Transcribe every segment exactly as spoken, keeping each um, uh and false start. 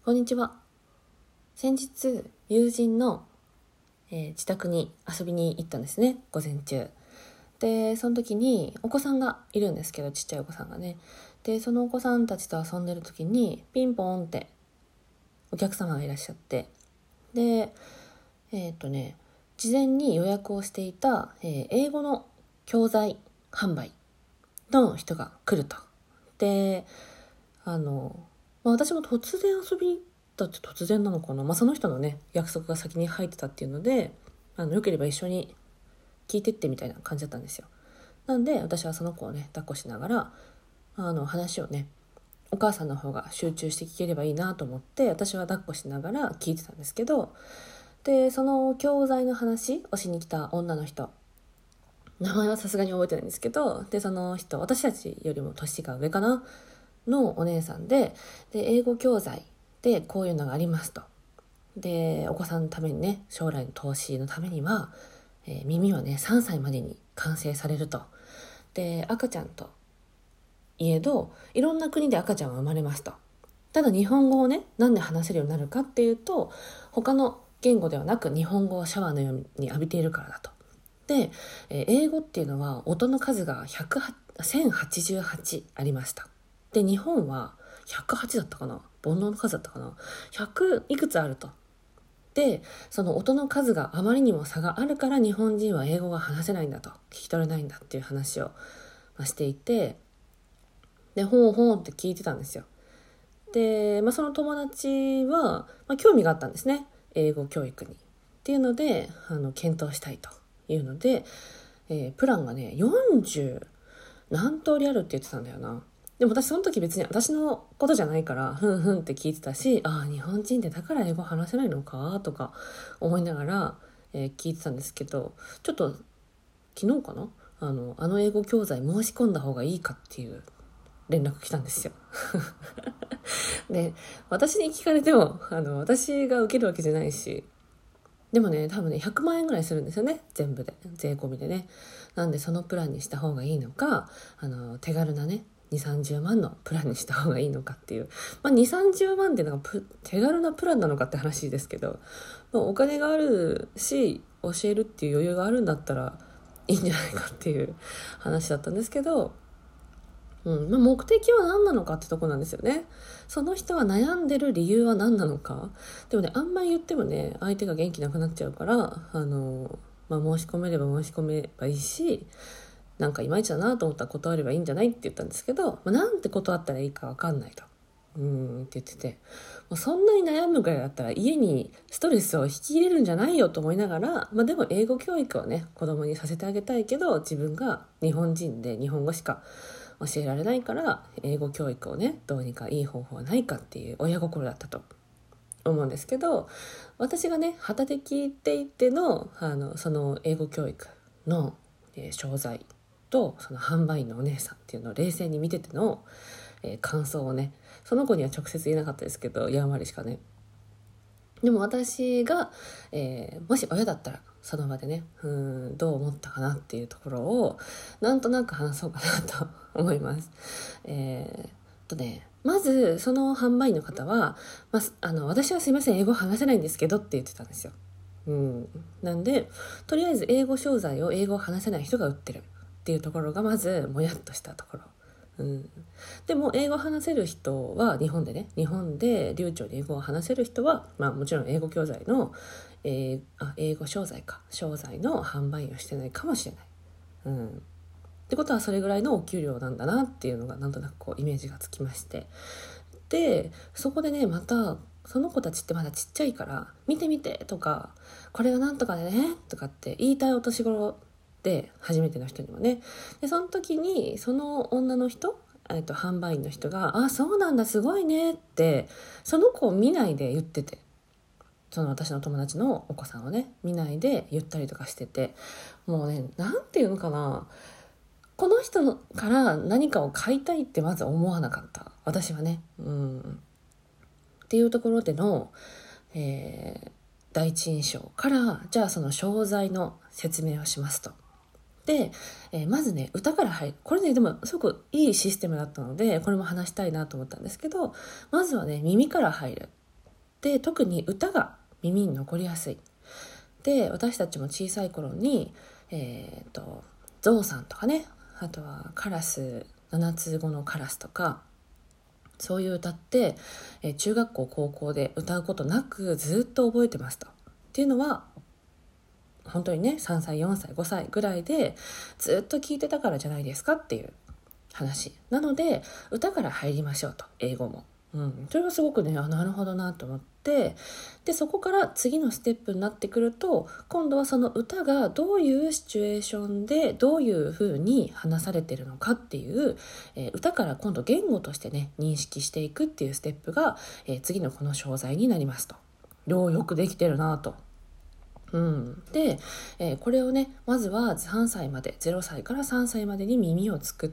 こんにちは。先日友人の、えー自宅に遊びに行ったんですね、午前中で。その時にお子さんがいるんですけど、ちっちゃいお子さんがね。でそのお子さんたちと遊んでる時にピンポーンってお客様がいらっしゃって、でえっ、とね事前に予約をしていた、えー英語の教材販売の人が来ると。であの、まあ、私も突然遊びに行ったって突然なのかな、まあ、その人のね約束が先に入ってたっていうので、あのよければ一緒に聞いてってみたいな感じだったんですよ。なんで私はその子をね抱っこしながら、あの話をねお母さんの方が集中して聞ければいいなと思って、私は抱っこしながら聞いてたんですけど、でその教材の話をしに来た女の人、名前はさすがに覚えてないんですけど、でその人、私たちよりも年が上かなのお姉さんで、で英語教材でこういうのがありますと。でお子さんのためにね、将来の投資のためには、えー耳はねさんさいまでに完成されると。で赤ちゃんといえどいろんな国で赤ちゃんは生まれますと。ただ日本語をねなんで話せるようになるかっていうと、他の言語ではなく日本語をシャワーのように浴びているからだと。で、えー英語っていうのは音の数がせんはちじゅうはちありました。で日本はひゃくはちだったかな、煩悩の数だったかな、ひゃくいくつあると。でその音の数があまりにも差があるから日本人は英語が話せないんだと、聞き取れないんだっていう話をまあしていて、でほうほうって聞いてたんですよ。で、まあ、その友達は、まあ、興味があったんですね、英語教育にっていうので、あの検討したいというので、えープランがねよんじゅう何通りあるって言ってたんだよな。でも私その時別に私のことじゃないからふんふんって聞いてたし、ああ日本人ってだから英語話せないのかとか思いながら、えー聞いてたんですけど、ちょっと昨日かな、あのあの英語教材申し込んだ方がいいかっていう連絡来たんですよ。で私に聞かれてもあの私が受けるわけじゃないし、でもね多分ねひゃくまんえんぐらいするんですよね、全部で税込みでね。なんでそのプランにした方がいいのか、あの手軽なねにじゅう、さんじゅうまんのプランにした方がいいのかっていう、まあ、にじゅう、さんじゅうまんっていうのがプ手軽なプランなのかって話ですけど、まあ、お金があるし教えるっていう余裕があるんだったらいいんじゃないかっていう話だったんですけど、うんまあ、目的は何なのかってとこなんですよね。その人は悩んでる理由は何なのか。でもねあんまり言ってもね相手が元気なくなっちゃうから、あの、まあ、申し込めれば申し込めばいいし、なんかいまいちだなと思ったら断ればいいんじゃないって言ったんですけど、まあ、なんて断ったらいいか分かんないとうんって言ってて、もうそんなに悩むぐらいだったら家にストレスを引き入れるんじゃないよと思いながら、まあ、でも英語教育をね子供にさせてあげたいけど、自分が日本人で日本語しか教えられないから英語教育をねどうにかいい方法はないかっていう親心だったと思うんですけど、私がね旗で聞いていての、あのその英語教育の、えー商材とその販売員のお姉さんっていうのを冷静に見てての、えー感想をね、その子には直接言えなかったですけどやんわりしかね。でも私が、えーもし親だったらその場でね、うーんどう思ったかなっていうところをなんとなく話そうかなと思います。えーっとねまずその販売員の方は、まあ、あの私はすいません英語話せないんですけどって言ってたんですよ。うん、なんでとりあえず英語商材を英語を話せない人が売ってるっていうところがまずもやっとしたところ。うん、でも英語を話せる人は日本でね日本で流暢に英語を話せる人は、まあ、もちろん英語教材の、えーあ英語商材か商材の販売をしてないかもしれない、うん、ってことはそれぐらいのお給料なんだなっていうのがなんとなくこうイメージがつきまして、でそこでねまたその子たちってまだちっちゃいから見てみてとかこれがなんとかでねとかって言いたいお年頃で、初めての人にもね。でその時にその女の人、えっと、販売員の人が「あそうなんだすごいね」ってその子を見ないで言ってて、その私の友達のお子さんをね見ないで言ったりとかしてて、もうねなんていうのかな、この人から何かを買いたいってまず思わなかった私はね、うんっていうところでの、えー第一印象から、じゃあその商材の説明をしますと。で、えーまずね歌から入る、これねでもすごくいいシステムだったのでこれも話したいなと思ったんですけど、まずはね耳から入る。 で特に歌が耳に残りやすい。で私たちも小さい頃に、えー、とゾウさんとかね、あとはカラス、七つ子のカラスとか、そういう歌って、えー、中学校高校で歌うことなくずっと覚えてますと。っていうのは本当にねさんさいよんさいごさいぐらいでずっと聞いてたからじゃないですかっていう話なので、歌から入りましょうと、英語も。うん、それはすごくね、あ、なるほどなと思って、でそこから次のステップになってくると、今度はその歌がどういうシチュエーションでどういう風に話されてるのかっていう、えー、歌から今度言語としてね認識していくっていうステップが、えー、次のこの商材になりますと。よくできてるなと。うん、で、えー、これをねまずはさんさいまで、ゼロさいからさんさいまでに耳を作って、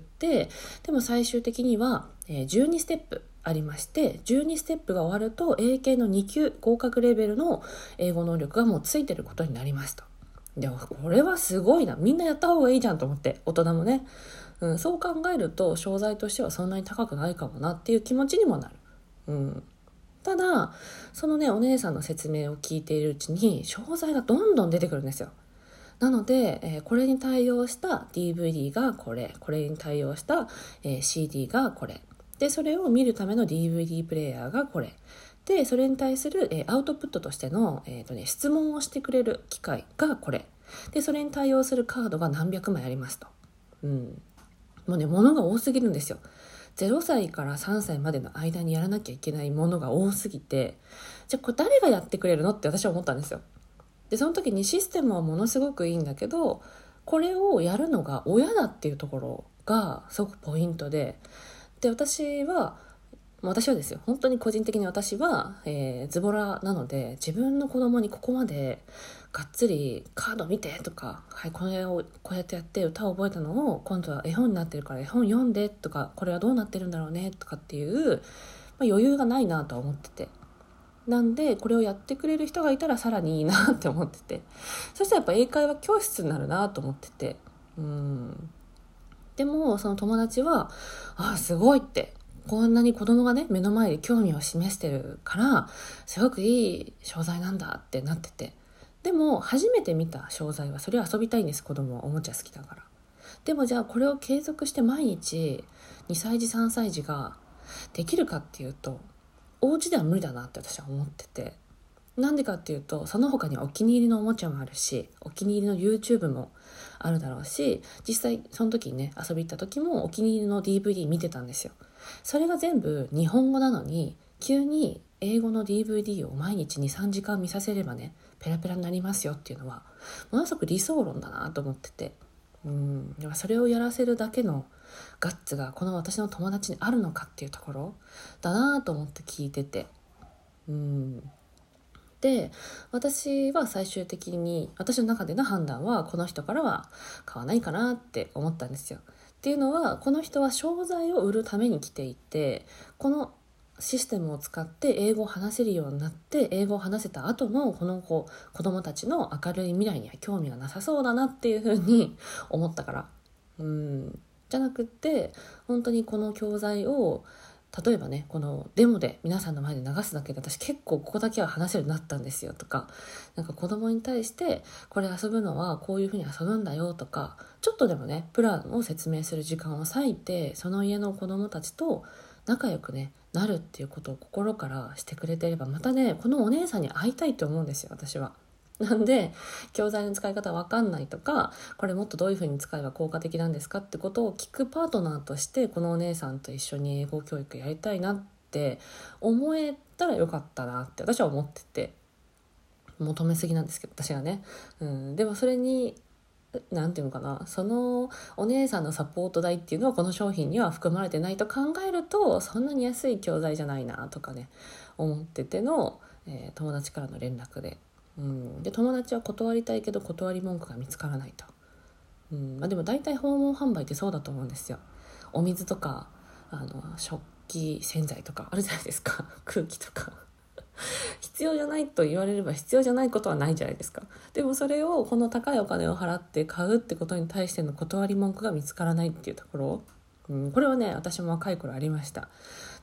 でも最終的には、えー、じゅうにステップありまして、じゅうにステップが終わると英検のに級合格レベルの英語能力がもうついてることになりますと。でもこれはすごいな、みんなやった方がいいじゃんと思って、大人もね、うん、そう考えると商材としてはそんなに高くないかもなっていう気持ちにもなる。うんただそのねお姉さんの説明を聞いているうちに商材がどんどん出てくるんですよ。なので、えー、これに対応した ディーブイディー がこれ、これに対応した、えー、シーディー がこれで、それを見るための ディーブイディー プレイヤーがこれで、それに対する、えー、アウトプットとしての、えーとね、質問をしてくれる機械がこれで、それに対応するカードが何百枚ありますと。うんもうね物が多すぎるんですよ。ゼロさいからさんさいまでの間にやらなきゃいけないものが多すぎて、じゃあこれ誰がやってくれるのって私は思ったんですよ。でその時にシステムはものすごくいいんだけど、これをやるのが親だっていうところがすごくポイントで、で私は私はですよ、本当に個人的に私は、えー、ズボラなので、自分の子供にここまでがっつりカード見てとか、はい、これをこうやってやって歌を覚えたのを今度は絵本になってるから絵本読んでとか、これはどうなってるんだろうねとかっていう、まあ、余裕がないなとは思ってて、なんでこれをやってくれる人がいたらさらにいいなって思ってて、そしたらやっぱ英会話教室になるなと思ってて、うんでもその友達はあーすごいって、こんなに子供がね目の前で興味を示してるからすごくいい商材なんだってなってて、でも初めて見た商材はそれを遊びたいんです。子供はおもちゃ好きだから。でもじゃあこれを継続して毎日にさい児さんさい児ができるかっていうと、お家では無理だなって私は思ってて、なんでかっていうと、その他にお気に入りのおもちゃもあるし、お気に入りの YouTube もあるだろうし、実際その時にね遊び行った時もお気に入りの ディーブイディー 見てたんですよ。それが全部日本語なのに、急に英語の ディーブイディー を毎日にさんじかん見させればねペラペラになりますよっていうのはものすごく理想論だなと思ってて、うんでもそれをやらせるだけのガッツがこの私の友達にあるのかっていうところだなと思って聞いてて、うんで私は最終的に私の中での判断はこの人からは買わないかなって思ったんですよ。っていうのは、この人は商材を売るために来ていて、このシステムを使って英語を話せるようになって、英語を話せた後のこの子子供たちの明るい未来には興味がなさそうだなっていうふうに思ったから、うんじゃなくって本当にこの教材を例えばねこのデモで皆さんの前で流すだけで私結構ここだけは話せるようになったんですよとか、なんか子供に対してこれ遊ぶのはこういうふうに遊ぶんだよとか、ちょっとでもねプランを説明する時間を割いてその家の子供たちと仲良くねなるっていうことを心からしてくれていれば、またねこのお姉さんに会いたいと思うんですよ私は。なんで教材の使い方わかんないとか、これもっとどういう風に使えば効果的なんですかってことを聞くパートナーとしてこのお姉さんと一緒に英語教育やりたいなって思えたらよかったなって私は思ってて、求めすぎなんですけど私はね、うん、でもそれになんていうのかな、そのお姉さんのサポート代っていうのはこの商品には含まれてないと考えると、そんなに安い教材じゃないなとかね思ってての、えー、友達からの連絡で、うん、で友達は断りたいけど断り文句が見つからないと、うんまあ、でも大体訪問販売ってそうだと思うんですよ。お水とかあの食器洗剤とかあるじゃないですか空気とか必要じゃないと言われれば必要じゃないことはないじゃないですか。でもそれをこの高いお金を払って買うってことに対しての断り文句が見つからないっていうところ、うん、これはね私も若い頃ありました。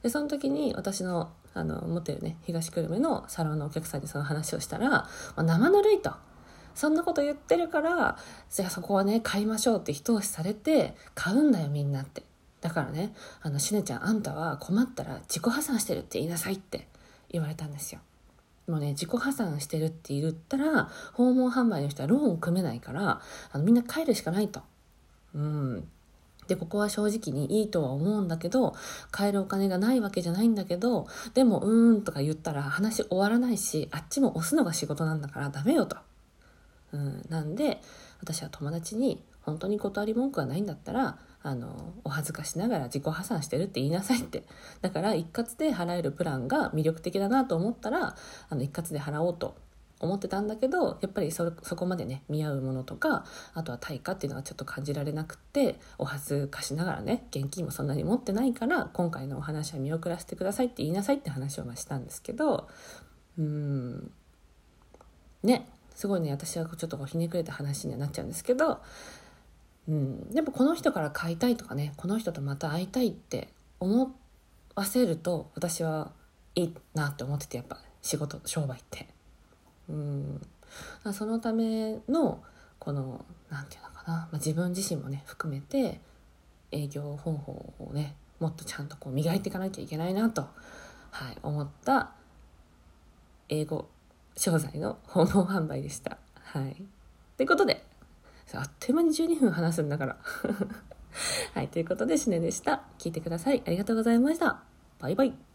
でその時に私のあの持ってるね東久留米のサロンのお客さんにその話をしたら、まあ、生ぬるいと、そんなこと言ってるからじゃあそこはね買いましょうって一押しされて買うんだよみんなって。だからね、あのしねちゃんあんたは困ったら自己破産してるって言いなさいって言われたんですよ。もうね、自己破産してるって言ったら訪問販売の人はローンを組めないから、あのみんな帰るしかないと。うんでここは正直にいいとは思うんだけど、買えるお金がないわけじゃないんだけど、でもうーんとか言ったら話終わらないし、あっちも押すのが仕事なんだからダメよと。うん、なんで私は友達に本当に断り文句がないんだったら、あのお恥ずかしながら自己破産してるって言いなさいって。だから一括で払えるプランが魅力的だなと思ったら、あの一括で払おうと思ってたんだけど、やっぱり そ, そこまでね見合うものとか、あとは対価っていうのがちょっと感じられなくて、お恥ずかしながらね、現金もそんなに持ってないから今回のお話は見送らせてくださいって言いなさいって話をしたんですけど、うーんねすごいね、私はちょっとこうひねくれた話にはなっちゃうんですけど、うん、でもこの人から買いたいとかね、この人とまた会いたいって思わせると私はいいなって思ってて、やっぱ仕事商売ってうんそのためのこのなんていうのかな、まあ、自分自身もね含めて営業方法をねもっとちゃんとこう磨いていかなきゃいけないなと、はい、思った英語商材の訪問販売でした。はい。ということであっという間にじゅうにふん話すんだからはい、ということでシネでした。聞いてください。ありがとうございました。バイバイ。